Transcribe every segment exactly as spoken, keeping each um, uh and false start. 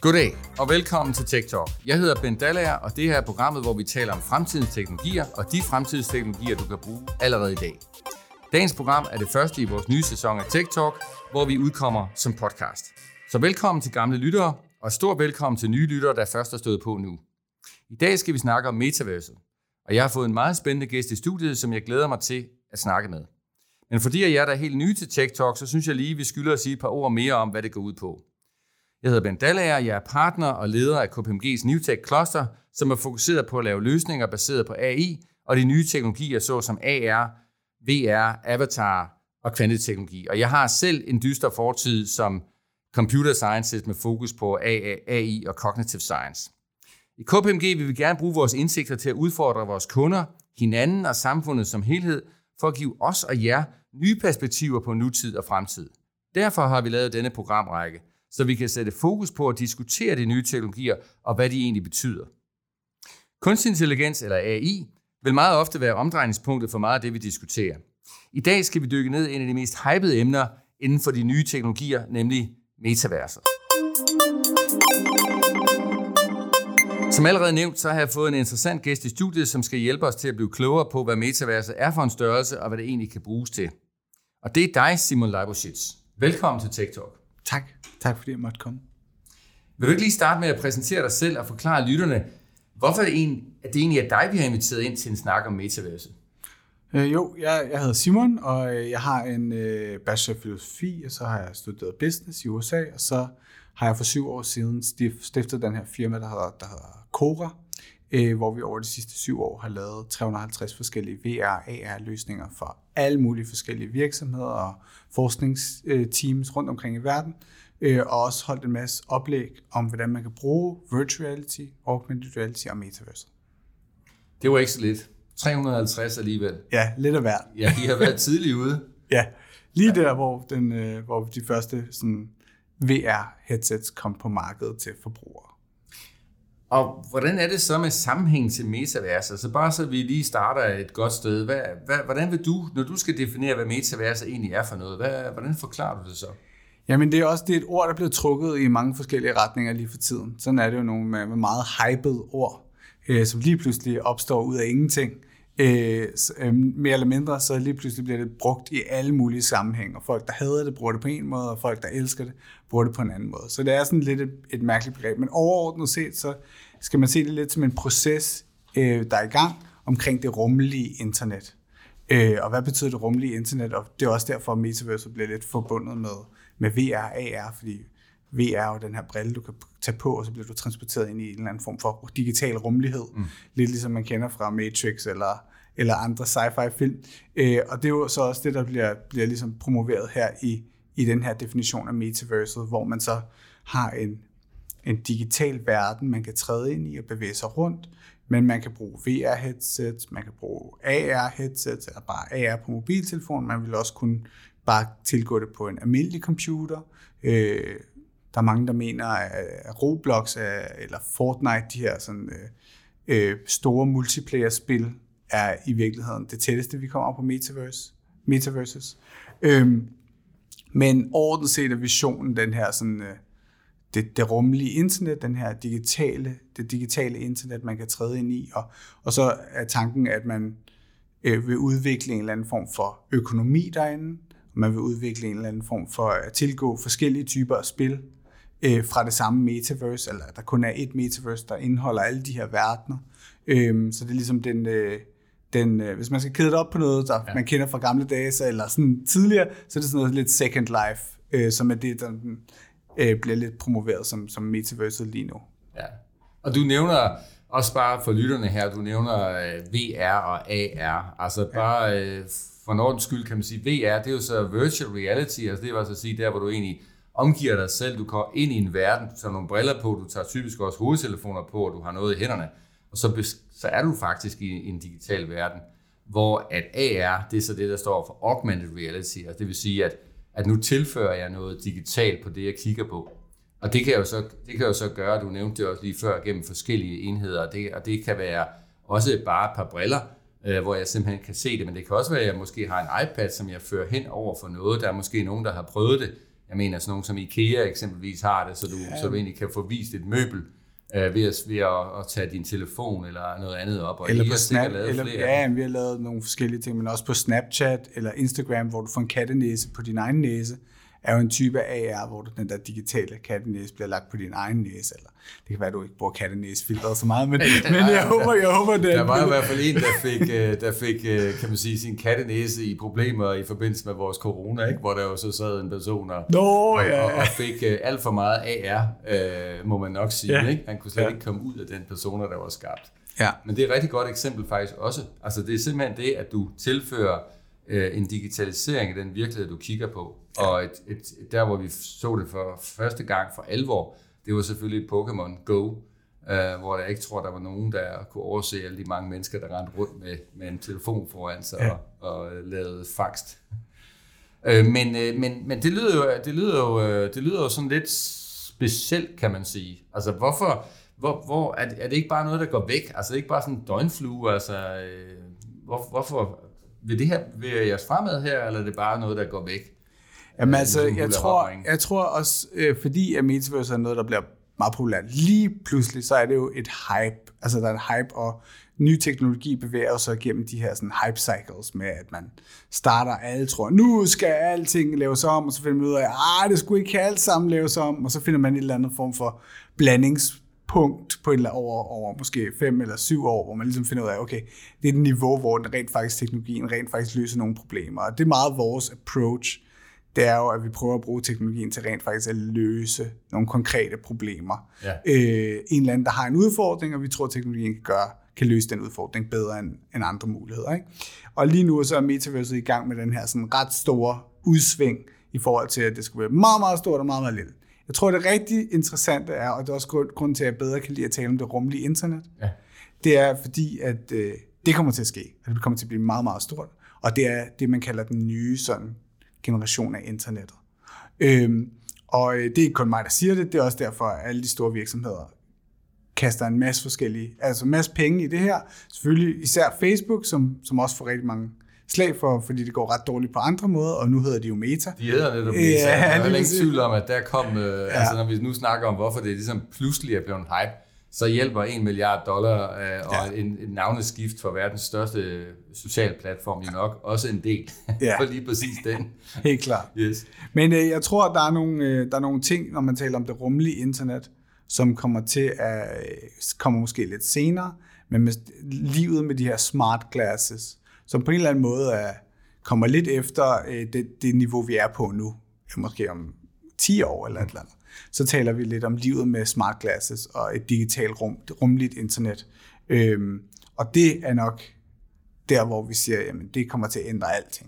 Goddag og velkommen til Tech Talk. Jeg hedder Ben Dallager, og det her er programmet, hvor vi taler om fremtidens teknologier og de fremtidens teknologier, du kan bruge allerede i dag. Dagens program er det første i vores nye sæson af Tech Talk, hvor vi udkommer som podcast. Så velkommen til gamle lyttere, og stor velkommen til nye lyttere, der først er stået på nu. I dag skal vi snakke om metaverset, og jeg har fået en meget spændende gæst i studiet, som jeg glæder mig til at snakke med. Men fordi jeg er der helt nye til Tech Talk, så synes jeg lige, vi skylder at sige et par ord mere om, hvad det går ud på. Jeg hedder Ben Dallager, jeg er partner og leder af K P M G's New Tech Cluster, som er fokuseret på at lave løsninger baseret på A I og de nye teknologier, såsom A R, V R, avatar og kvanteteknologi. Og jeg har selv en dyster fortid som computer scientist med fokus på A I og cognitive science. I K P M G vil vi gerne bruge vores indsigter til at udfordre vores kunder, hinanden og samfundet som helhed, for at give os og jer nye perspektiver på nutid og fremtid. Derfor har vi lavet denne programrække, så vi kan sætte fokus på at diskutere de nye teknologier og hvad de egentlig betyder. Kunstig intelligens, eller A I, vil meget ofte være omdrejningspunktet for meget af det, vi diskuterer. I dag skal vi dykke ned i en af de mest hypede emner inden for de nye teknologier, nemlig metaverset. Som allerede nævnt, så har jeg fået en interessant gæst i studiet, som skal hjælpe os til at blive klogere på, hvad metaverset er for en størrelse, og hvad det egentlig kan bruges til. Og det er dig, Simon Leiboschitz. Velkommen til Tech Talk. Tak. Tak fordi jeg måtte komme. Vil du ikke lige starte med at præsentere dig selv og forklare lytterne, hvorfor det egentlig, at det egentlig er dig, vi har inviteret ind til en snak om metaverset? Øh, jo, jeg, jeg hedder Simon, og jeg har en øh, bachelor i filosofi, og så har jeg studeret business i U S A, og så har jeg for syv år siden stiftet den her firma, der hedder, der hedder Cora, øh, hvor vi over de sidste syv år har lavet tre hundrede og halvtreds forskellige V R A R-løsninger for alle mulige forskellige virksomheder og forskningsteams rundt omkring i verden, øh, og også holdt en masse oplæg om, hvordan man kan bruge virtual reality, augmented reality og metaverse. Det var ikke så lidt. tre hundrede og halvtreds alligevel. Ja, lidt af hvert. Ja, I har været tidligt ude. Ja, lige ja. der, hvor, den, øh, hvor de første sådan, V R-headsets kom på markedet til forbrugere. Og hvordan er det så med sammenhæng til metaverset? Altså bare så vi lige starter et godt sted. Hvad, hvad, hvordan vil du, når du skal definere, hvad metaverset egentlig er for noget, hvad, hvordan forklarer du det så? Jamen det er også det er et ord, der bliver trukket i mange forskellige retninger lige for tiden. Sådan er det jo nogle med, med meget hypede ord, øh, som lige pludselig opstår ud af ingenting. Øh, øh, mere eller mindre, så lige pludselig bliver det brugt i alle mulige sammenhænge. Og folk, der hader det, bruger det på en måde, og folk, der elsker det, bruger det på en anden måde. Så det er sådan lidt et, et mærkeligt begreb. Men overordnet set, så skal man se det lidt som en proces, øh, der er i gang omkring det rummelige internet. Øh, og hvad betyder det rummelige internet? Og det er også derfor, at metaverset bliver lidt forbundet med, med V R A R, fordi V R er jo den her brille, du kan tage på, og så bliver du transporteret ind i en eller anden form for digital rummelighed. Mm. Lidt ligesom man kender fra Matrix eller, eller andre sci-fi film. Øh, og det er jo så også det, der bliver, bliver ligesom promoveret her i, i den her definition af metaverset, hvor man så har en, en digital verden, man kan træde ind i og bevæge sig rundt, men man kan bruge V R-headsets, man kan bruge A R-headsets, eller bare A R på mobiltelefonen. Man vil også kunne bare tilgå det på en almindelig computer. Øh, Der er mange, der mener, at Roblox eller Fortnite, de her sådan, øh, store multiplayer-spil, er i virkeligheden det tætteste, vi kommer på metaverse, metaverses. Øhm, men overordnet set er visionen den her sådan, øh, det, det rummelige internet, den her digitale, det digitale internet, man kan træde ind i, og, og så er tanken, at man øh, vil udvikle en eller anden form for økonomi derinde, og man vil udvikle en eller anden form for at tilgå forskellige typer af spil, fra det samme metaverse, eller der kun er et metaverse, der indeholder alle de her verdener. Øhm, så det er ligesom den, den hvis man skal kæde det op på noget, der ja. man kender fra gamle dage, så, eller sådan tidligere, så er det sådan noget lidt Second Life, øh, som er det, der øh, bliver lidt promoveret som, som metaverset lige nu. Ja. Og du nævner også bare for lytterne her, du nævner øh, V R og A R, altså bare øh, for en ordens skyld kan man sige, V R, det er jo så virtual reality, altså det er altså at sige, der hvor du egentlig omgiver dig selv, du går ind i en verden, du tager nogle briller på, du tager typisk også hovedtelefoner på, og du har noget i hænderne, og så, så er du faktisk i, i en digital verden, hvor at A R, det er så det, der står for augmented reality, altså det vil sige, at, at nu tilfører jeg noget digitalt på det, jeg kigger på. Og det kan jo så, det kan jo så gøre, du nævnte det også lige før, gennem forskellige enheder, og det, og det kan være også bare et par briller, øh, hvor jeg simpelthen kan se det, men det kan også være, at jeg måske har en iPad, som jeg fører hen over for noget, der er måske nogen, der har prøvet det, Jeg mener, sådan nogen som IKEA eksempelvis har det, så du, ja. så du egentlig kan få vist et møbel øh, ved, at, ved at, at tage din telefon eller noget andet op. Og eller på Snap, eller, ja, vi har lavet nogle forskellige ting, men også på Snapchat eller Instagram, hvor du får en kattenæse på din egen næse, er jo en type af A R, hvor du, den der digitale kattenæse bliver lagt på din egen næse. Eller det kan være, at du ikke bruger kattenæsefilteret så meget, men, men jeg håber, jeg håber det. Der var i hvert fald en, der fik, der fik kan man sige, sin kattenæse i problemer i forbindelse med vores corona, ikke? Hvor der jo så sad en person og, Nå, ja. og, og fik alt for meget A R, øh, må man nok sige. Ja. Ikke? Han kunne slet ja. ikke komme ud af den persona, der var skabt. Ja. Men det er et rigtig godt eksempel faktisk også. Altså det er simpelthen det, at du tilfører øh, en digitalisering af den virkelighed, du kigger på. Ja. Og et, et, der, hvor vi så det for første gang for alvor, det var selvfølgelig Pokémon Go, øh, hvor jeg ikke tror, der var nogen, der kunne overse alle de mange mennesker, der rendte rundt med, med en telefon foran sig ja. og, og lavede fangst. Øh, men, øh, men, men det lyder jo, det lyder jo, det lyder jo sådan lidt specielt, kan man sige. Altså hvorfor, hvor, hvor er, det, er det ikke bare noget, der går væk? Altså det er ikke bare sådan en døgnflue? Altså øh, hvor, hvorfor vil det her vil jeres fremad her, eller er det bare noget, der går væk? Jamen altså, jeg tror, jeg tror også, øh, fordi at metaverse er noget, der bliver meget populært, lige pludselig, så er det jo et hype. Altså, der er en hype, og ny teknologi bevæger sig gennem de her sådan, hype cycles med, at man starter, alle tror, nu skal alting laves om, og så finder man ud af, ah, det skulle ikke alt sammen laves om, og så finder man en eller anden form for blandingspunkt på et eller over, over måske fem eller syv år, hvor man ligesom finder ud af, okay, det er et niveau, hvor den rent faktisk teknologien rent faktisk løser nogle problemer, og det er meget vores approach. Det er jo, at vi prøver at bruge teknologien til rent faktisk at løse nogle konkrete problemer. Ja. Øh, en eller anden, der har en udfordring, og vi tror, at teknologien kan, gøre, kan løse den udfordring bedre end, end andre muligheder. Ikke? Og lige nu så er metaverset i gang med den her sådan ret store udsving i forhold til, at det skal være meget, meget stort og meget, meget lille. Jeg tror, det rigtig interessante er, og det er også grund, grund til, at jeg bedre kan lide at tale om det rumlige internet, ja. Det er fordi, at øh, det kommer til at ske. At det kommer til at blive meget, meget stort. Og det er det, man kalder den nye sådan generation af internettet. Øhm, og det er ikke kun mig, der siger det, det er også derfor, at alle de store virksomheder kaster en masse forskellige, altså en masse penge i det her. Selvfølgelig især Facebook, som, som også får rigtig mange slag for, fordi det går ret dårligt på andre måder, og nu hedder de jo Meta. De hedder netop Meta. Ja, jeg er ikke tvivl om, at der kom, øh, ja. altså når vi nu snakker om, hvorfor det ligesom pludselig er blevet en hype, så hjælper en milliard dollar øh, og ja. en, en navneskift for verdens største social platform jo nok også en del ja. for lige præcis den. Helt klart. Yes. Men øh, jeg tror, at der er, nogle, øh, der er nogle ting, når man taler om det rummelige internet, som kommer til at øh, komme måske lidt senere, men med livet med de her smart glasses, som på en eller anden måde er, kommer lidt efter øh, det, det niveau, vi er på nu, måske om ti år eller et eller andet. Så taler vi lidt om livet med smart glasses og et digitalt rum, et rumligt internet. Øhm, og det er nok der, hvor vi siger, jamen det kommer til at ændre alting.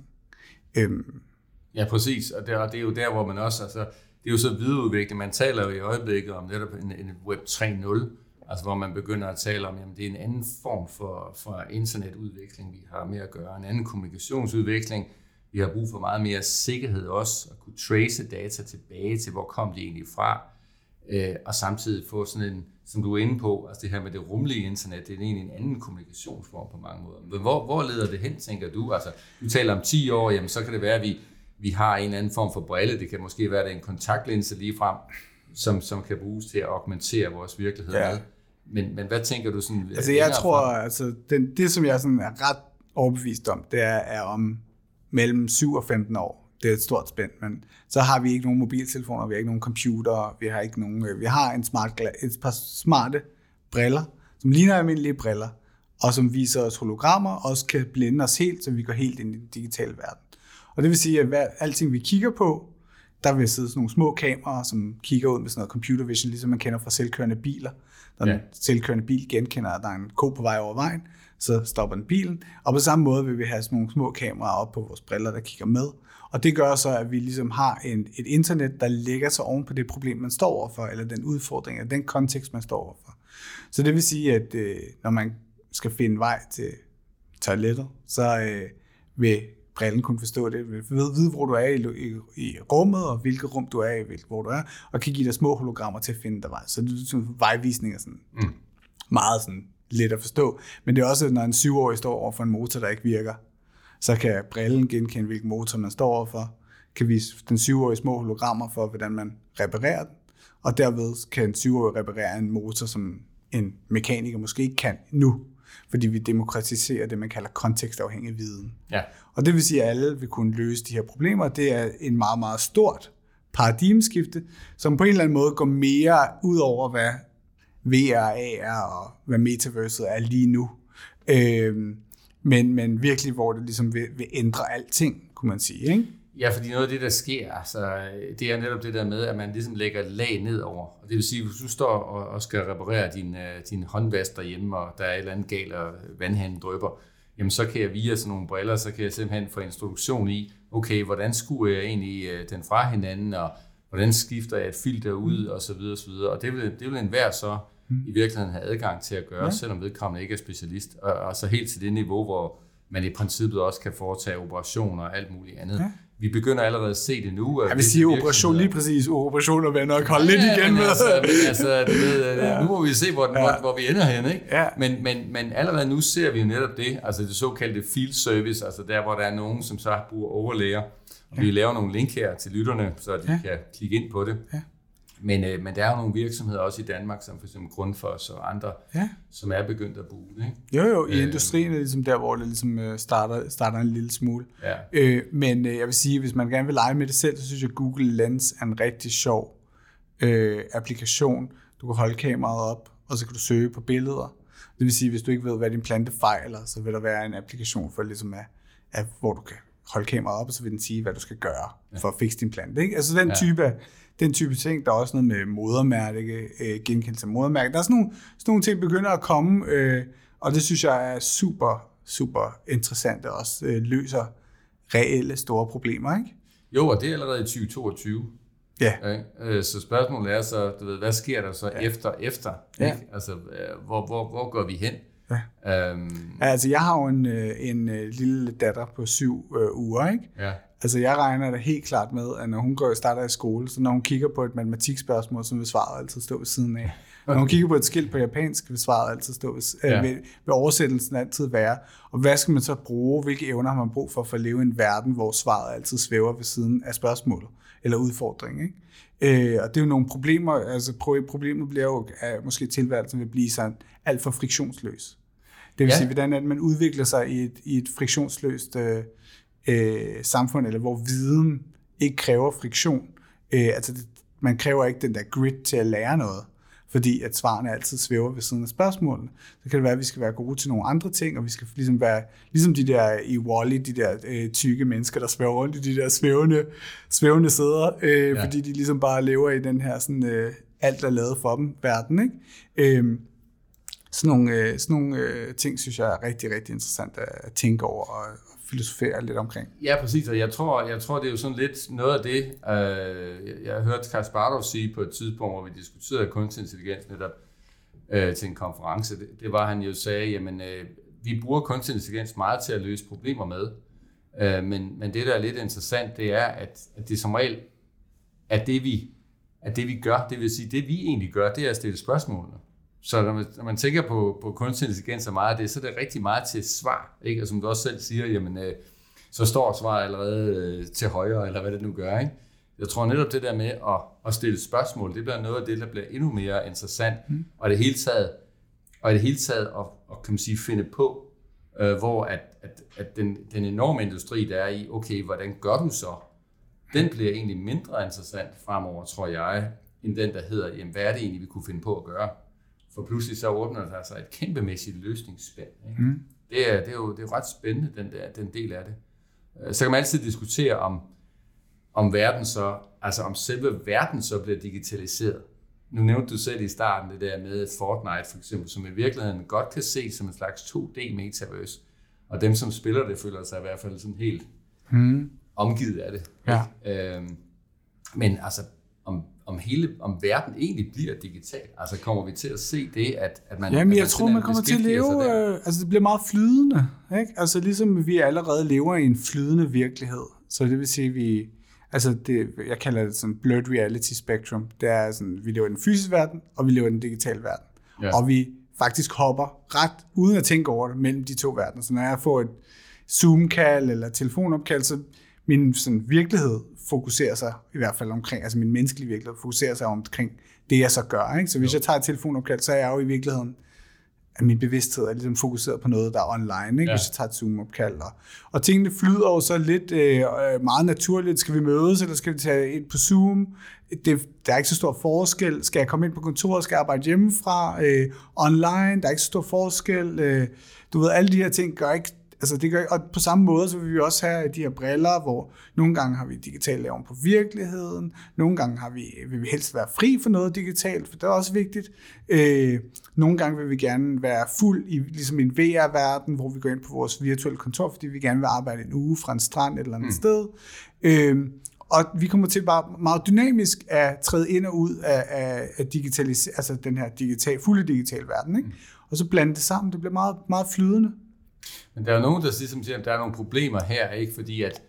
Øhm. Ja, præcis. Og det, og det er jo der, hvor man også, altså, det er jo så videreudviklet. Man taler jo i øjeblikket om netop en, en web tre punkt nul, altså hvor man begynder at tale om, jamen det er en anden form for, for internetudvikling, vi har med at gøre, en anden kommunikationsudvikling. Vi har brug for meget mere sikkerhed også, at kunne trace data tilbage til, hvor kom de egentlig fra, øh, og samtidig få sådan en, som du er inde på, altså det her med det rumlige internet, det er egentlig en anden kommunikationsform på mange måder. Men hvor, hvor leder det hen, tænker du? Altså, du taler om ti år, jamen så kan det være, at vi, vi har en eller anden form for brille, det kan måske være, at det er en kontaktlinse lige frem, som, som kan bruges til at augmentere vores virkelighed ja. med. Men, men hvad tænker du sådan? Altså jeg tror, altså den, det som jeg sådan er ret overbevist om, det er, er om mellem syv og femten år. Det er et stort spænd, men så har vi ikke nogen mobiltelefoner, vi har ikke nogen computer, vi har ikke nogen, vi har en smart, et par smarte briller, som ligner almindelige briller, og som viser os hologrammer, og også kan blinde os helt, så vi går helt ind i den digitale verden. Og det vil sige, at hver, alting vi kigger på, der vil sidde sådan nogle små kameraer, som kigger ud med sådan noget computer vision, ligesom man kender fra selvkørende biler. Der er en ja. selvkørende bil genkender, at der er en ko på vej over vejen, så stopper den bilen. Og på samme måde vil vi have sådan nogle små kameraer op på vores briller, der kigger med. Og det gør så, at vi ligesom har en, et internet, der lægger sig oven på det problem, man står overfor, eller den udfordring, eller den kontekst, man står overfor. Så det vil sige, at øh, når man skal finde vej til toilettet, så øh, vil brillen kunne forstå det, vil vide, hvor du er i, i, i rummet, og hvilket rum du er i, hvor du er, og kan give dig små hologrammer til at finde dig vej. Så det er sådan vejvisninger sådan mm. meget sådan let at forstå. Men det er også, når en syvårig står over for en motor, der ikke virker, så kan brillen genkende, hvilken motor man står overfor, kan vise den syvårige små hologrammer for, hvordan man reparerer den, og derved kan en syvårig reparere en motor, som en mekaniker måske ikke kan nu, fordi vi demokratiserer det, man kalder kontekstafhængig viden. Ja. Og det vil sige, at alle vil kunne løse de her problemer. Det er en meget, meget stort paradigmeskifte, som på en eller anden måde går mere ud over, hvad V R A er, og hvad metaverset er lige nu. Øhm, men, men virkelig, hvor det ligesom vil, vil ændre alting, kunne man sige, ikke? Ja, fordi noget af det, der sker, altså, det er netop det der med, at man ligesom lægger lag ned over. Og det vil sige, hvis du står og, og skal reparere din, din håndvask derhjemme, og der er et eller andet galt, og vandhanen drypper, jamen så kan jeg via sådan nogle briller, så kan jeg simpelthen få instruktion i, okay, hvordan skruer jeg egentlig den fra hinanden, og hvordan skifter jeg et filter ud, og så videre, og så videre. Og det vil, det vil enhver så i virkeligheden have adgang til at gøre, ja. Selvom vedkommende ikke er specialist. Og, og så helt til det niveau, hvor man i princippet også kan foretage operationer og alt muligt andet. Ja. Vi begynder allerede at se det nu. Jeg vil sige operation lige præcis. Operationer vil jeg nok holde ja, lidt igen med. Altså, altså, ved, ja. Nu må vi se, hvor, ja. hvor, hvor vi ender hen. Ikke? Ja. Men, men, men allerede nu ser vi jo netop det, altså det såkaldte field service, altså der, hvor der er nogen, som så bruger overlæger. Og ja. Vi laver nogle link her til lytterne, så de ja. kan klikke ind på det. Ja. Men, øh, men der er jo nogle virksomheder også i Danmark, som for eksempel Grundfos og andre, ja. Som er begyndt at bruge det. Ikke? Jo, jo, i øh, industrien er ligesom der, hvor det ligesom starter, starter en lille smule. Ja. Øh, men øh, jeg vil sige, hvis man gerne vil lege med det selv, så synes jeg, at Google Lens er en rigtig sjov øh, applikation. Du kan holde kameraet op, og så kan du søge på billeder. Det vil sige, hvis du ikke ved, hvad din plante fejler, så vil der være en applikation for ligesom at, at, hvor du kan holde kameraet op, og så vil den sige, hvad du skal gøre ja. For at fikse din plante. Ikke? Altså den ja. type af Den type ting, der er også noget med modermærke, øh, genkendelse af modermærke. Der er sådan nogle, sådan nogle ting, der begynder at komme, øh, og det synes jeg er super, super interessant, og også øh, løser reelle store problemer, ikke? Jo, og det er allerede i tyve toogtyve. Ja. Okay? Så spørgsmålet er så, du ved, hvad sker der så ja. efter, efter? Ja. Ikke? Altså, hvor, hvor, hvor går vi hen? Ja. Um... Altså, jeg har jo en, en, en lille datter på syv øh, uger, ikke? Ja. Altså, jeg regner da helt klart med, at når hun går og starter i skole, så når hun kigger på et matematikspørgsmål, så vil svaret altid stå ved siden af. Okay. Når hun kigger på et skilt på japansk, vil svaret altid stå ved, ja. øh, vil, vil oversættelsen altid være. Og hvad skal man så bruge? Hvilke evner har man brug for for at leve i en verden, hvor svaret altid svæver ved siden af spørgsmålet eller udfordringen, ikke? Øh, og det er jo nogle problemer. Altså, problemet bliver jo, at måske tilværelsen vil blive sådan alt for friktionsløs. Det vil ja. sige, hvordan at man udvikler sig i et, i et friktionsløst øh, øh, samfund, eller hvor viden ikke kræver friktion. Øh, altså, det, man kræver ikke den der grit til at lære noget, fordi at svarene altid svæver ved siden af spørgsmålene. Så kan det være, at vi skal være gode til nogle andre ting, og vi skal ligesom være, ligesom de der i Wall-E, de der øh, tykke mennesker, der svæver rundt i de der svævende, svævende sæder, øh, ja. fordi de ligesom bare lever i den her sådan, øh, alt er lavet for dem verden, ikke? Øh, Sådan nogle, øh, sådan nogle øh, ting, synes jeg er rigtig, rigtig interessant at, at tænke over og, og filosofere lidt omkring. Ja, præcis, og jeg tror, jeg tror, det er jo sådan lidt noget af det, øh, jeg har hørt Kasparov sige på et tidspunkt, hvor vi diskuterede kunstig intelligens netop øh, til en konference. Det, det var, han jo sagde, jamen, øh, vi bruger kunstig intelligens meget til at løse problemer med, øh, men, men det, der er lidt interessant, det er, at, at det som regel, at det, vi, at det vi gør, det vil sige, det vi egentlig gør, det er at stille spørgsmålene. Så når man, når man tænker på, på kunstig intelligens og meget af det, så er det rigtig meget til svar, ikke? Og som du også selv siger, jamen, øh, så står svaret allerede øh, til højre, eller hvad det nu gør, ikke? Jeg tror netop det der med at, at stille spørgsmål, det bliver noget af det, der bliver endnu mere interessant, mm. og i det hele taget, og i det hele taget at, at kan man sige, finde på, øh, hvor at, at, at den, den enorme industri, der er i, okay, hvordan gør du så? Den bliver egentlig mindre interessant fremover, tror jeg, end den, der hedder, jamen, hvad er det egentlig, vi kunne finde på at gøre? For pludselig så åbner der sig et kæmpemæssigt løsningsspænd. Ikke? Mm. Det, er, det, er jo, det er jo ret spændende, den, der, den del af det. Så kan man altid diskutere, om, om verden så, altså om selve verden så bliver digitaliseret. Nu nævnte du selv i starten det der med Fortnite for eksempel, som i virkeligheden godt kan se som en slags to D metaverse. Og dem, som spiller det, føler sig i hvert fald sådan helt mm. omgivet af det. Ja. Øhm, men altså, om om hele, om verden egentlig bliver digital. Altså kommer vi til at se det, at, at man... Jamen, at jeg man tror, man kommer til at leve... Øh, altså, det bliver meget flydende, ikke? Altså, ligesom vi allerede lever i en flydende virkelighed. Så det vil sige, vi... Altså, det, jeg kalder det sådan blurred reality spectrum. Det er sådan, vi lever i den fysiske verden, og vi lever i den digitale verden. Ja. Og vi faktisk hopper ret, uden at tænke over det, mellem de to verdener. Så når jeg får et Zoom-kald eller telefonopkald, så min sådan, virkelighed fokuserer sig, i hvert fald omkring, altså min menneskelige virkelighed, fokuserer sig omkring det, jeg så gør. Ikke? Så hvis jo. jeg tager et telefonopkald, så er jeg jo i virkeligheden, at min bevidsthed er ligesom fokuseret på noget, der er online, ikke? Ja. Hvis jeg tager et Zoom-opkald. Og, og tingene flyder jo så lidt øh, meget naturligt. Skal vi mødes, eller skal vi tage ind på Zoom? Det, der er ikke så stor forskel. Skal jeg komme ind på kontoret? Skal jeg arbejde hjemmefra? Øh, online? Der er ikke så stor forskel. Øh, du ved, alle de her ting gør ikke. Altså det gør, og på samme måde, så vil vi også have de her briller, hvor nogle gange har vi digitalt lavet på virkeligheden, nogle gange har vi, vil vi helst være fri for noget digitalt, for det er også vigtigt. Øh, nogle gange vil vi gerne være fuld i ligesom en V R-verden, hvor vi går ind på vores virtuelle kontor, fordi vi gerne vil arbejde en uge fra en strand et eller andet mm. sted. Øh, og vi kommer til bare meget dynamisk at træde ind og ud af, af, af digitalis- altså den her digital, fulde digital verden, ikke? Mm. Og så blande det sammen, det bliver meget, meget flydende. Men der er jo nogen, der ligesom siger, at der er nogle problemer her, ikke? Fordi at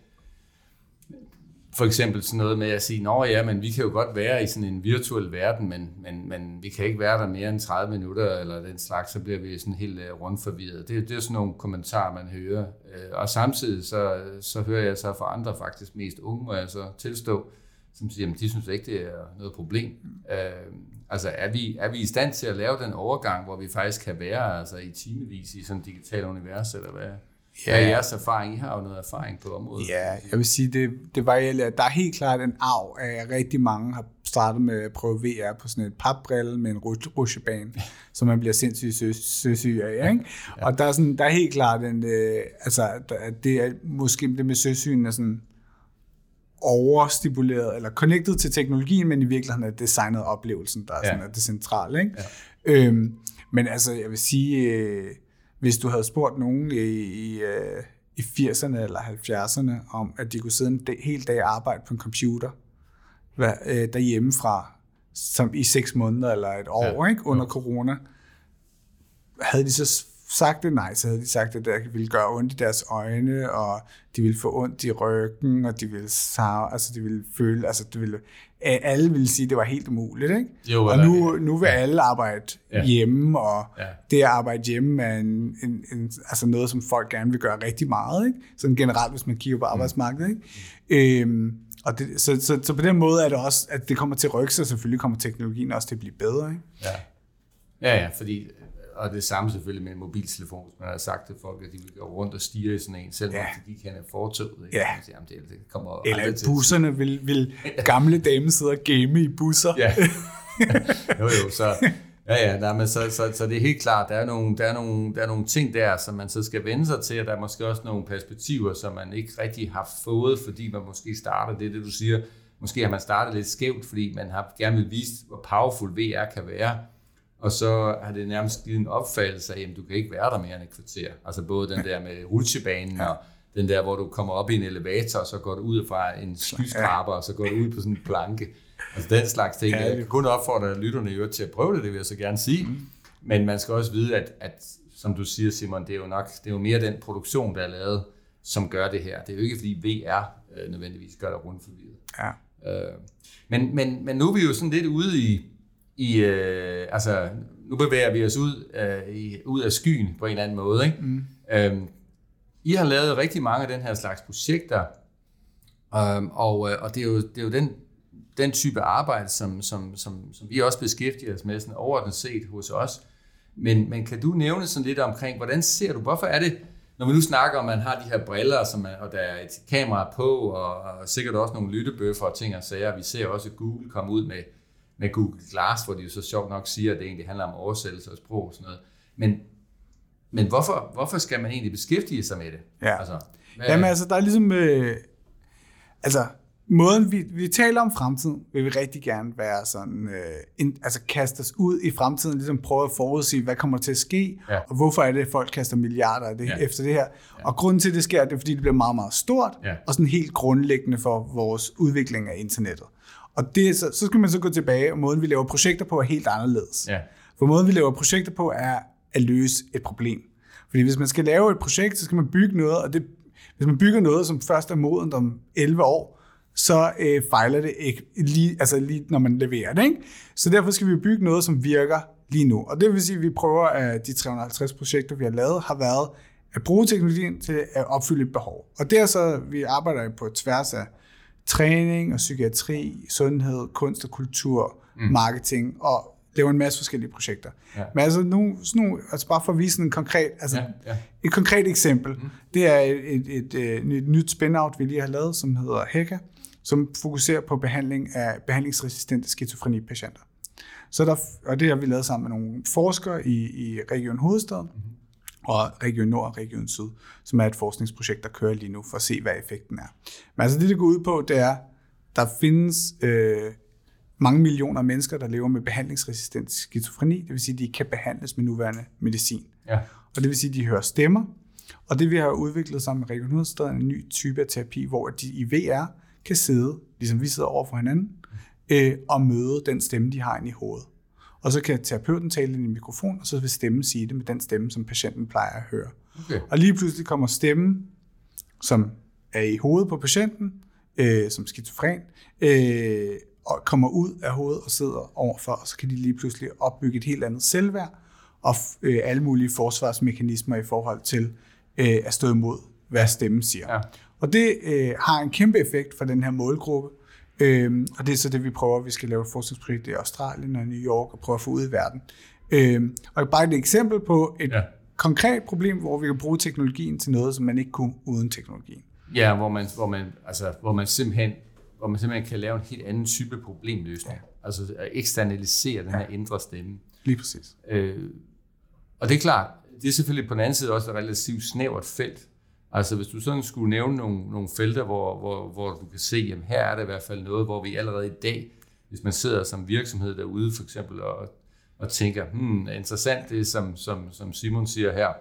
for eksempel sådan noget med at sige, nå ja, men vi kan jo godt være i sådan en virtuel verden, men, men, men vi kan ikke være der mere end tredive minutter, eller den slags, så bliver vi sådan helt rundt forvirret. Det, det er sådan nogle kommentarer, man hører. Og samtidig så, så hører jeg så fra andre, faktisk mest unge, må jeg så tilstå, som siger, at de synes ikke, det er noget problem. Øh, altså er vi, er vi i stand til at lave den overgang, hvor vi faktisk kan være altså, i timevis i sådan et digitalt univers, eller hvad? Ja. Hvad er jeres erfaring? I har jo noget erfaring på området. Ja, jeg vil sige, det, det var, der er helt klart en arv af, at rigtig mange har startet med at prøve V R på sådan et papbrille med en rutsjebane, som man bliver sindssygt sø, søsyg af. Ikke? Ja. Og der er, sådan, der er helt klart en, øh, altså, det er måske det med søsygen er sådan overstimuleret, eller connected til teknologien, men i virkeligheden er designet oplevelsen, der er, sådan, ja. er det centrale. Ikke? Ja. Øhm, men altså, jeg vil sige, øh, hvis du havde spurgt nogen i, i, øh, i firserne eller halvfjerdserne, om at de kunne sidde en hel dag og arbejde på en computer hvad, øh, derhjemmefra, som i seks måneder eller et år, ja. ikke, under ja. corona, havde de så sagt det? Nej, så havde de sagt, at det ville gøre ondt i deres øjne, og de ville få ondt i ryggen, og de ville, altså, de ville føle, altså de ville, alle ville sige, at det var helt umuligt, ikke? Jo, og nu, nu vil alle arbejde ja. hjemme, og ja. det at arbejde hjemme er en, en, en, altså noget, som folk gerne vil gøre rigtig meget, ikke? Sådan generelt, hvis man kigger på arbejdsmarkedet, ikke? Mm. Øhm, og det, så, så, så på den måde er det også, at det kommer til at rykke sig, selvfølgelig kommer teknologien også til at blive bedre, ikke? Ja, ja, ja, fordi og det samme selvfølgelig med en mobiltelefon, hvis man har sagt til folk, at de vil gå rundt og stige i sådan en, selvom ja. de kan have fortoget. Ja. Jamen, det, det kommer eller i busserne vil, vil gamle damer sidde og game i busser. Ja, jo jo, så, ja, ja, nej, men så, så, så det er helt klart, der er, nogle, der, er nogle, der er nogle ting der, som man så skal vende sig til, og der er måske også nogle perspektiver, som man ikke rigtig har fået, fordi man måske starter det, det du siger, måske har man startet lidt skævt, fordi man har gerne vil vise, hvor powerful V R kan være. Og så har det nærmest givet en opfattelse af, at du kan ikke være der mere end et kvarter. Altså både den der med rutsjebanen, ja. og den der, hvor du kommer op i en elevator, og så går du ud fra en skyskraber, og så går du ud på sådan en planke. Altså den slags ting. Ja, jeg kan kun opfordre lytterne i øvrigt til at prøve det, det vil jeg så gerne sige. Mm. Men man skal også vide, at, at som du siger, Simon, det er jo nok det er jo mere den produktion, der er lavet, som gør det her. Det er jo ikke, fordi V R øh, nødvendigvis gør dig rundt forvirret. Ja. Øh, men, men, men nu er vi jo sådan lidt ude i I, øh, altså, nu bevæger vi os ud, øh, i, ud af skyen på en eller anden måde. Ikke? Mm. Øhm, I har lavet rigtig mange af den her slags projekter, øhm, og, og det er jo, det er jo den, den type arbejde, som, som, som, som vi også beskæftiger os med sådan overordnet set hos os. Men, men kan du nævne sådan lidt omkring, hvordan ser du, hvorfor er det, når vi nu snakker om, at man har de her briller, som man, og der er et kamera på, og, og sikkert også nogle lyttebøffer og ting og sager. Vi ser også Google komme ud med med Google Glass, hvor de jo så sjovt nok siger, at det egentlig handler om oversættelse og sprog og sådan noget. Men, men hvorfor, hvorfor skal man egentlig beskæftige sig med det? Ja. Altså, Jamen altså, der er ligesom... Øh, altså, måden vi, vi taler om fremtiden, vil vi rigtig gerne være sådan... Øh, in, altså, kaste os ud i fremtiden, ligesom prøve at forudsige, hvad kommer til at ske, ja. og hvorfor er det, at folk kaster milliarder af det, ja. efter det her. Ja. Og grunden til, at det sker, det er, fordi det bliver meget, meget stort, ja. og sådan helt grundlæggende for vores udvikling af internettet. Og det, så, så skal man så gå tilbage, og måden vi laver projekter på er helt anderledes. Ja. For måden vi laver projekter på er at løse et problem. Fordi hvis man skal lave et projekt, så skal man bygge noget, og det, hvis man bygger noget, som først er modent om elleve år, så øh, fejler det ikke lige, altså lige, når man leverer det. Ikke? Så derfor skal vi bygge noget, som virker lige nu. Og det vil sige, at vi prøver, at de tre hundrede og halvtreds projekter, vi har lavet, har været at bruge teknologien til at opfylde et behov. Og det er så, vi arbejder på tværs af træning og psykiatri, sundhed, kunst og kultur, mm. marketing, og laver en masse forskellige projekter. Ja. Men altså, nogle, sådan nogle, altså bare for at vise en konkret, altså ja, ja. et konkret eksempel, mm. det er et, et, et, et, et nyt spin-out, vi lige har lavet, som hedder Heka, som fokuserer på behandling af behandlingsresistente skizofrenipatienter. Så der, og det har vi lavet sammen med nogle forskere i, i Region Hovedstaden, mm. og Region Nord og Region Syd, som er et forskningsprojekt, der kører lige nu, for at se, hvad effekten er. Men altså det, det går ud på, det er, der findes øh, mange millioner mennesker, der lever med behandlingsresistent skizofreni, det vil sige, at de ikke kan behandles med nuværende medicin. Ja. Og det vil sige, at de hører stemmer, og det vi har udviklet sammen med Region Hovedstaden, en ny type af terapi, hvor de i V R kan sidde, ligesom vi sidder over for hinanden, øh, og møde den stemme, de har inde i hovedet. Og så kan terapeuten tale ind i mikrofon, og så vil stemmen sige det med den stemme, som patienten plejer at høre. Okay. Og lige pludselig kommer stemmen, som er i hovedet på patienten, øh, som skizofren, øh, og kommer ud af hovedet og sidder overfor, og så kan de lige pludselig opbygge et helt andet selvværd, og øh, alle mulige forsvarsmekanismer i forhold til øh, at stå imod, hvad stemmen siger. Ja. Og det øh, har en kæmpe effekt for den her målgruppe, Øhm, og det er så det, vi prøver, vi skal lave et forskningsprojekt i Australien og New York og prøve at få ud i verden. Øhm, og bare et eksempel på et ja. konkret problem, hvor vi kan bruge teknologien til noget, som man ikke kunne uden teknologien. Ja, hvor man, hvor man, altså, hvor man, simpelthen, hvor man simpelthen kan lave en helt anden type problemløsning. Ja. Altså at eksternalisere den her ja. indre stemme. Lige præcis. Øh, og det er klart, det er selvfølgelig på den anden side også et relativt snævert felt. Altså hvis du sådan skulle nævne nogle, nogle felter, hvor, hvor, hvor du kan se, jamen her er der i hvert fald noget, hvor vi allerede i dag, hvis man sidder som virksomhed derude for eksempel og, og tænker, hmm, er interessant det, som, som, som Simon siger her,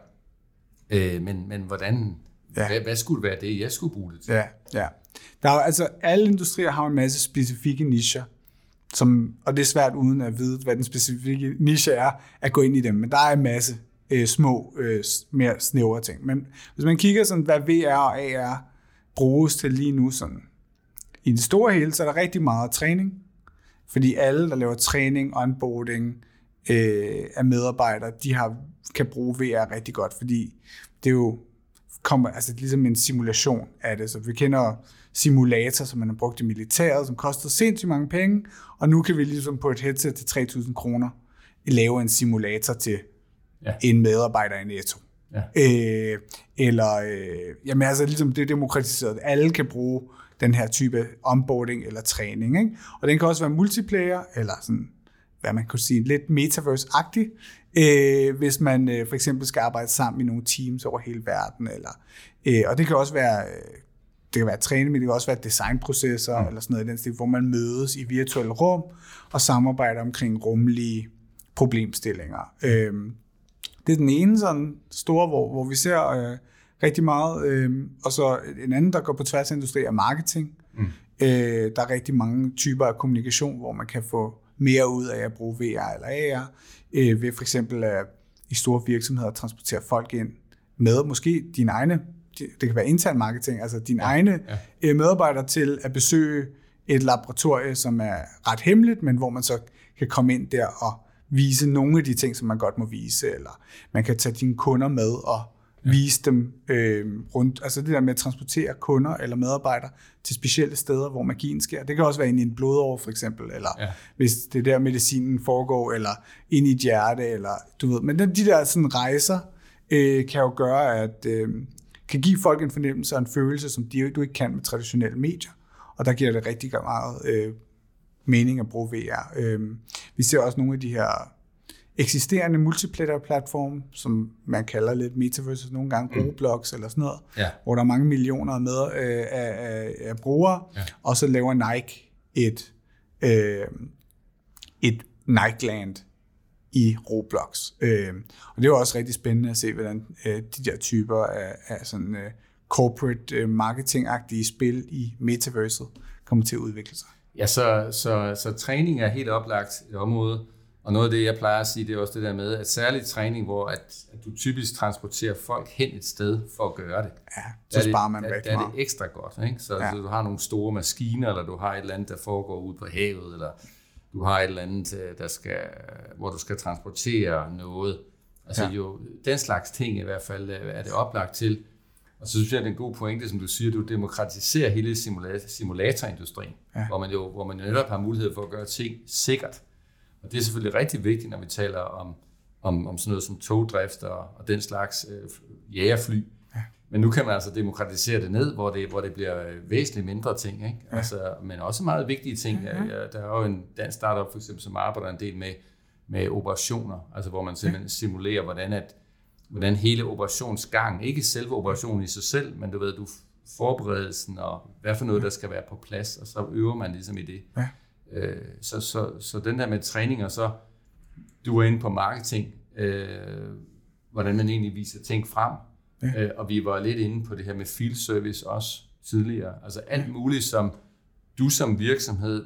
øh, men, men hvordan, ja. hvad, hvad skulle det være det, jeg skulle bruge det til? Ja, ja. Der er, altså, alle industrier har en masse specifikke nicher, som, og det er svært uden at vide, hvad den specifikke niche er, at gå ind i dem, men der er en masse Øh, små, øh, mere snævre ting. Men hvis man kigger sådan, hvad V R og A R bruges til lige nu, sådan, i det store hele, så er der rigtig meget træning, fordi alle, der laver træning, onboarding øh, af medarbejdere, de har, kan bruge V R rigtig godt, fordi det er jo kommer, altså ligesom en simulation af det. Så vi kender simulator, som man har brugt i militæret, som koster sindssygt mange penge, og nu kan vi ligesom på et headset til tre tusind kroner lave en simulator til ja. en medarbejder i Netto. Ja. Øh, eller, øh, jamen altså ligesom det er demokratiseret. Alle kan bruge den her type onboarding eller træning, ikke? Og den kan også være multiplayer, eller sådan, hvad man kan sige, lidt metaverse-agtig, øh, hvis man øh, for eksempel skal arbejde sammen i nogle teams over hele verden. Eller, øh, og det kan også være, øh, det kan være træning, men det kan også være designprocesser, mm. eller sådan noget i den stil, hvor man mødes i virtuelle rum og samarbejder omkring rumlige problemstillinger. Øh, Det er den ene sådan store, hvor, hvor vi ser øh, rigtig meget. Øh, og så en anden, der går på tværs af industri, er marketing. Mm. Øh, der er rigtig mange typer af kommunikation, hvor man kan få mere ud af at bruge V R eller A R. Øh, ved for eksempel at i store virksomheder transportere folk ind med måske dine egne, det kan være intern marketing, altså dine ja. egne ja. medarbejdere til at besøge et laboratorie, som er ret hemmeligt, men hvor man så kan komme ind der og vise nogle af de ting, som man godt må vise, eller man kan tage dine kunder med og ja. vise dem øh, rundt. Altså det der med at transportere kunder eller medarbejdere til specielle steder, hvor magien sker. Det kan også være ind i en blodår for eksempel, eller ja. hvis det der medicinen foregår, eller ind i et hjerte, eller du ved. Men de der sådan rejser øh, kan jo gøre, at øh, kan give folk en fornemmelse og en følelse, som de, du ikke kan med traditionelle medier. Og der giver det rigtig meget øh, mening at bruge V R. Øh, vi ser også nogle af de her eksisterende multiplayer-platforme, som man kalder lidt metaverse, nogle gange Roblox eller sådan noget, ja. hvor der er mange millioner med øh, af, af, af brugere, ja. og så laver Nike et, øh, et Nikeland i Roblox. Øh, og det er jo også rigtig spændende at se, hvordan øh, de der typer af, af sådan øh, corporate øh, marketing-agtige spil i metaverset kommer til at udvikle sig. Ja, så, så, så træning er helt oplagt et område, og noget af det, jeg plejer at sige, det er også det der med, at særlig træning, hvor at, at du typisk transporterer folk hen et sted for at gøre det. Ja, så sparer man rigtig meget. Der er det ekstra godt, ikke? Så, ja. så du har nogle store maskiner, eller du har et eller andet, der foregår ude på havet, eller du har et eller andet, der skal, hvor du skal transportere noget. Altså ja. jo, den slags ting i hvert fald er det oplagt til. Og så synes jeg, det er en god pointe, som du siger, du demokratiserer hele simulator, simulatorindustrien, ja. hvor, man jo, hvor man jo netop har mulighed for at gøre ting sikkert. Og det er selvfølgelig rigtig vigtigt, når vi taler om, om, om sådan noget som togdrift og, og den slags øh, jægerfly. Ja. Men nu kan man altså demokratisere det ned, hvor det, hvor det bliver væsentligt mindre ting, ikke? Ja. Altså, men også meget vigtige ting. Ja, ja. Der er jo en dansk startup for eksempel, som arbejder en del med, med operationer, altså hvor man simpelthen ja. simulerer, hvordan at hvordan hele operationsgangen, ikke selve operationen i sig selv, men du ved, du forberedelsen og hvad for noget, der skal være på plads, og så øver man ligesom i det. Ja. Øh, så, så, så den der med træning, og så du er inde på marketing, øh, hvordan man egentlig viser ting frem, ja. øh, og vi var lidt inde på det her med field service også tidligere, altså alt muligt, som du som virksomhed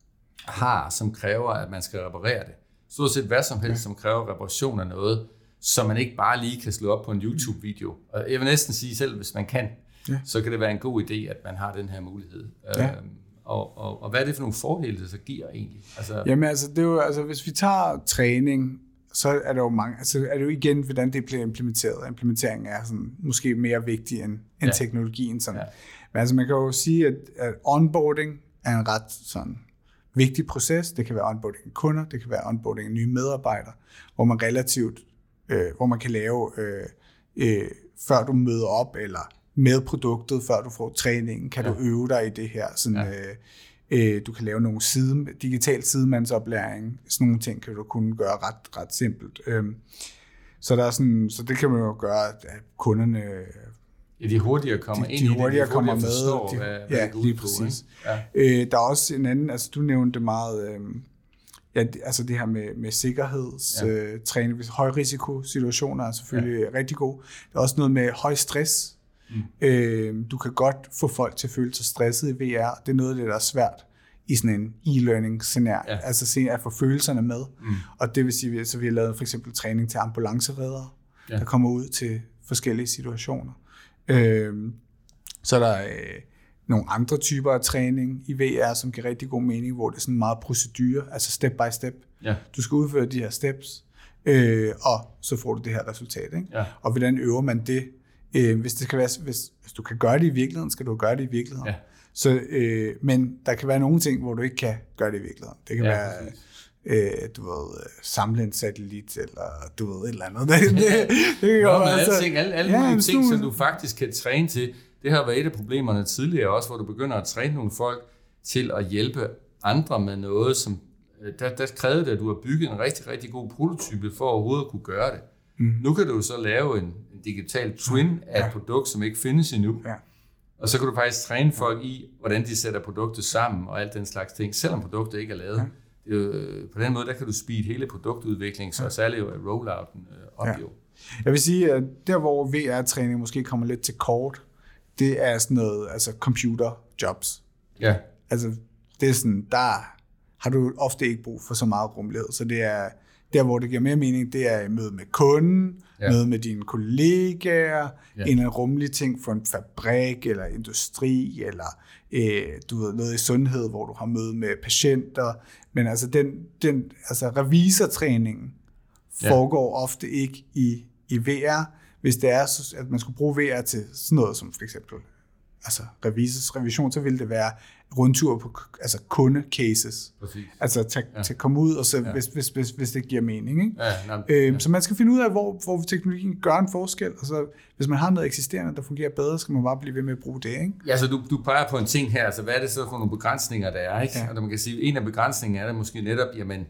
har, som kræver, at man skal reparere det. Stort set hvad som helst, ja. som kræver reparation af noget, så man ikke bare lige kan slå op på en YouTube-video. Og jeg vil næsten sige selv, hvis man kan, ja. så kan det være en god idé, at man har den her mulighed. Ja. Øhm, og, og, og hvad er det for nogle fordele, det så giver egentlig? Altså, Jamen altså, det er jo, altså, hvis vi tager træning, så er det jo mange, altså er det jo igen, hvordan det bliver implementeret. Implementeringen er sådan, måske mere vigtig end, end ja. teknologien. Sådan. Ja. Men altså, man kan jo sige, at, at onboarding er en ret sådan vigtig proces. Det kan være onboarding af kunder, det kan være onboarding af nye medarbejdere, hvor man relativt Øh, hvor man kan lave, øh, øh, før du møder op, eller med produktet, før du får træningen, kan ja. du øve dig i det her. Sådan, ja. øh, øh, du kan lave nogle side, digital sidemandsoplæring, sådan nogle ting kan du kunne gøre ret, ret simpelt. Øh, så, der er sådan, så det kan man jo gøre, at kunderne... Ja, de hurtigere kommer de, ind de i det, de hurtigere kommer hurtigere forstår, med. De, hvad, hvad ja, det går lige ud på, præcis. Ja. Øh, der er også en anden, altså du nævnte det meget... Øh, Ja, altså det her med, med sikkerhedstræning, ja. øh, højrisikosituationer er selvfølgelig ja. rigtig god. Der er også noget med høj stress. Mm. Øh, du kan godt få folk til at føle sig stresset i V R. Det er noget af det, der er svært i sådan en e-learning-scenarie. Ja. Altså se at få følelserne med. Mm. Og det vil sige, at vi har lavet for eksempel træning til ambulancereddere, ja. der kommer ud til forskellige situationer. Øh, så er der... Øh, nogle andre typer af træning i V R, som giver rigtig god mening, hvor det er sådan meget procedure, altså step by step. Ja. Du skal udføre de her steps, øh, og så får du det her resultat. Ikke? Ja. Og hvordan øver man det? Øh, hvis, det kan være, hvis, hvis du kan gøre det i virkeligheden, skal du gøre det i virkeligheden. Ja. Så, øh, men der kan være nogle ting, hvor du ikke kan gøre det i virkeligheden. Det kan ja, være... Øh, du ved, samle en satellit, eller du ved, et eller andet. Det, det, det kan Nå, godt, men altså, alle, ting, alle, alle ja, mulige ting, som du faktisk kan træne til. Det har været et af problemerne tidligere også, hvor du begynder at træne nogle folk til at hjælpe andre med noget, som der, der krævede det, at du har bygget en rigtig, rigtig god prototype for overhovedet at kunne gøre det. Mm. Nu kan du så lave en, en digital twin ja. af et produkt, som ikke findes endnu. Ja. Og så kan du faktisk træne folk i, hvordan de sætter produktet sammen og alt den slags ting, selvom produktet ikke er lavet. Ja. Det er jo, på den måde, der kan du speede hele produktudviklingen, så ja. særligt jo rollouten øh, op ja. jo. Jeg vil sige, at der hvor V R-træning måske kommer lidt til kort, det er sådan noget, altså computer jobs. Ja. Altså, det er sådan, der har du ofte ikke brug for så meget rummelighed. Så det er, der hvor det giver mere mening, det er i møde med kunden, ja. møde med dine kollegaer, ja. en rummelig ting for en fabrik, eller industri, eller øh, du ved, noget i sundhed, hvor du har møde med patienter. Men altså, den, den, altså revisortræningen ja. foregår ofte ikke i, i V R, hvis det er, at man skulle bruge V R til sådan noget som for eksempel altså revisions, revision, så ville det være rundtur på altså kundecases. Præcis. Altså til ja. at komme ud, og så, ja. hvis, hvis, hvis, hvis det giver mening. Ikke? Ja, nej, øhm, ja. Så man skal finde ud af, hvor, hvor teknologien gør en forskel, og så hvis man har noget eksisterende, der fungerer bedre, skal man bare blive ved med at bruge det. Ikke? Ja, så du, du peger på en ting her, altså hvad er det så for nogle begrænsninger, der er? Ikke? Ja. Og man kan sige, en af begrænsningerne er det måske netop, jamen,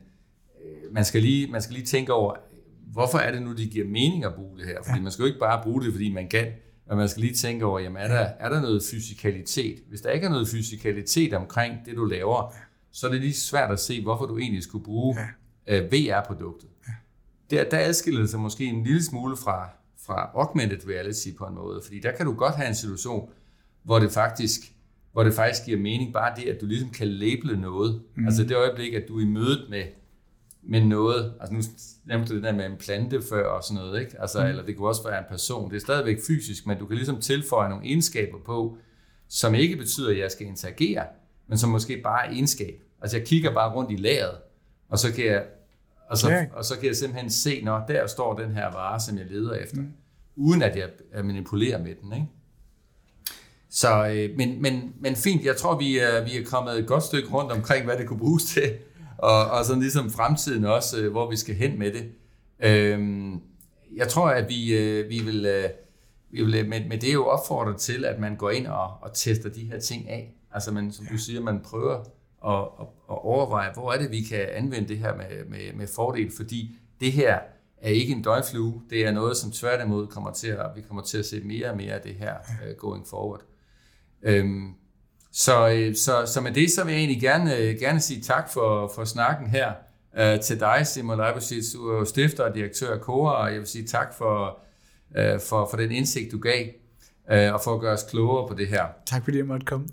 man skal lige, man skal lige tænke over, hvorfor er det nu, det giver mening at bruge det her? Fordi ja. man skal jo ikke bare bruge det, fordi man kan, men man skal lige tænke over, jamen er der, er der noget fysikalitet? Hvis der ikke er noget fysikalitet omkring det, du laver, ja. så er det lige svært at se, hvorfor du egentlig skulle bruge ja. uh, V R-produktet. Ja. Der, der adskiller det sig måske en lille smule fra, fra augmented reality på en måde, fordi der kan du godt have en situation, hvor det faktisk, hvor det faktisk giver mening, bare det, at du ligesom kan label noget. Mm. Altså det øjeblik, at du er i mødet med med noget, altså nu nævnte du det der med en plante før og sådan noget, ikke? Altså, mm. eller det kan også være en person, det er stadigvæk fysisk, men du kan ligesom tilføje nogle egenskaber på, som ikke betyder, at jeg skal interagere, men som måske bare er egenskab. Altså jeg kigger bare rundt i lageret, og så kan jeg, og så, yeah. og så kan jeg simpelthen se, når der står den her vare, som jeg leder efter, mm. uden at jeg manipulerer med den, ikke? Så, øh, men, men, men fint, jeg tror, vi er, vi er kommet et godt stykke rundt omkring, hvad det kunne bruges til, og, og sådan ligesom fremtiden også, øh, hvor vi skal hen med det. Øh, jeg tror, at vi, øh, vi vil, øh, vi vil med, med det jo opfordre til, at man går ind og, og tester de her ting af. Altså, man, som du siger, man prøver at, at, at overveje, hvor er det, vi kan anvende det her med, med, med fordel, fordi det her er ikke en døgnflue, det er noget, som tværtimod kommer til at, vi kommer til at se mere og mere af det her uh, going forward. Øhm, så, så, så med det, så vil jeg egentlig gerne, gerne sige tak for, for snakken her uh, til dig, Simon Leibowitz. Du er jo stifter og direktør af Kora, og jeg vil sige tak for, uh, for, for den indsigt, du gav, uh, og for at gøre os klogere på det her. Tak fordi jeg måtte komme.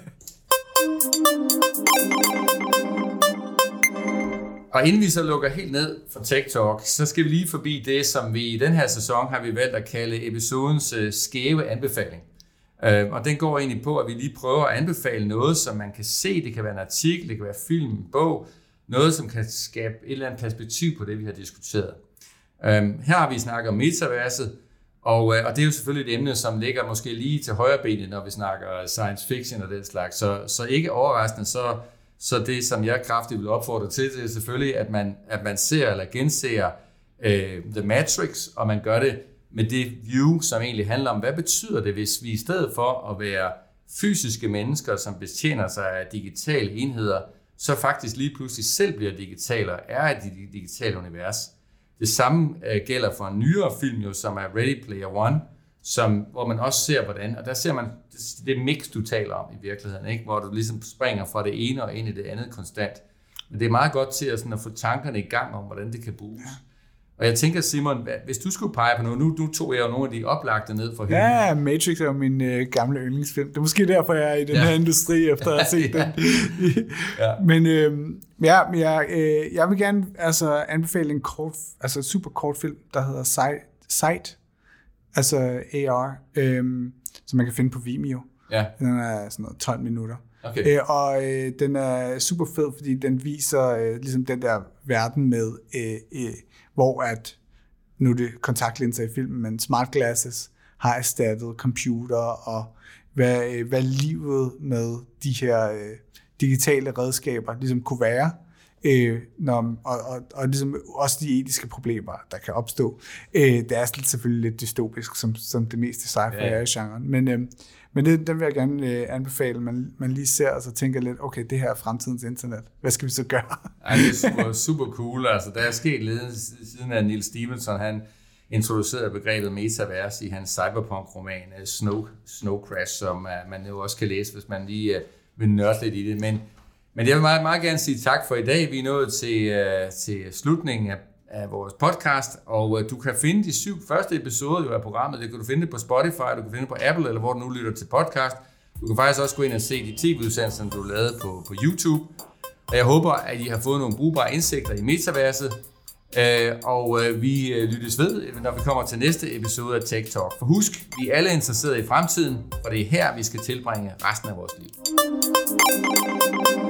Og inden vi så lukker helt ned for Tech Talk, så skal vi lige forbi det, som vi i den her sæson har vi valgt at kalde episodens uh, skæve anbefaling. Uh, og den går egentlig på, at vi lige prøver at anbefale noget, som man kan se. Det kan være en artikel, det kan være film, en bog. Noget, som kan skabe et eller andet perspektiv på det, vi har diskuteret. Uh, her har vi snakket om metaverset, og, uh, og det er jo selvfølgelig et emne, som ligger måske lige til højre benet, når vi snakker science fiction og den slags. Så, så ikke overraskende, så Så det, som jeg kraftigt vil opfordre til, det er selvfølgelig, at man, at man ser eller genser øh, The Matrix, og man gør det med det view, som egentlig handler om, hvad betyder det, hvis vi i stedet for at være fysiske mennesker, som betjener sig af digitale enheder, så faktisk lige pludselig selv bliver digitale og er i det digitale univers. Det samme øh, gælder for en nyere film, jo, som er Ready Player One, som, hvor man også ser, hvordan, og der ser man det, det mix, du taler om i virkeligheden, ikke? Hvor du ligesom springer fra det ene og ind i det andet konstant. Men det er meget godt til at, sådan, at få tankerne i gang om, hvordan det kan bruges. Ja. Og jeg tænker, Simon, hvis du skulle pege på noget, nu, nu tog jeg jo nogle af de oplagte ned for hende. Ja, Matrix er jo min øh, gamle yndlingsfilm. Det er måske derfor, jeg er i den ja. her industri, efter at have set ja. den. ja. Men øh, ja, jeg, øh, jeg vil gerne altså, anbefale en kort, altså super kort film, der hedder Sight. Sight. Altså A R, øhm, som man kan finde på Vimeo. Ja. Den er sådan noget tolv minutter. Okay. Øh, og øh, den er super fed, fordi den viser øh, ligesom den der verden med, øh, øh, hvor at, nu er det kontaktlinser i filmen, men smart glasses har erstattet computer, og hvad, øh, hvad livet med de her øh, digitale redskaber ligesom kunne være. Øh, når, og, og, og ligesom også de etiske problemer, der kan opstå. Øh, det er selvfølgelig lidt dystopisk, som, som det meste sci-fi ja. er i genren. Men, øh, men det, den vil jeg gerne øh, anbefale, man, man lige ser og så tænker lidt, okay, det her er fremtidens internet. Hvad skal vi så gøre? Ej, det er super, super cool. Altså, der er sket lidt siden af Neil Stephenson, han introducerede begrebet metavers i hans cyberpunk-roman Snow, Snow Crash, som uh, man jo også kan læse, hvis man lige uh, vil nørde lidt i det. Men Men jeg vil meget, meget gerne sige tak for i dag. Vi er nået til, uh, til slutningen af, af vores podcast, og uh, du kan finde de syv første episoder jo af programmet. Det kan du finde på Spotify, du kan finde på Apple, eller hvor du nu lytter til podcast. Du kan faktisk også gå ind og se de tv-udsendelser, du lavede på, på YouTube. Og jeg håber, at I har fået nogle brugbare indsigter i metaverset. Uh, og uh, vi uh, lyttes ved, når vi kommer til næste episode af Tech Talk. For husk, vi er alle interesserede i fremtiden, for det er her, vi skal tilbringe resten af vores liv.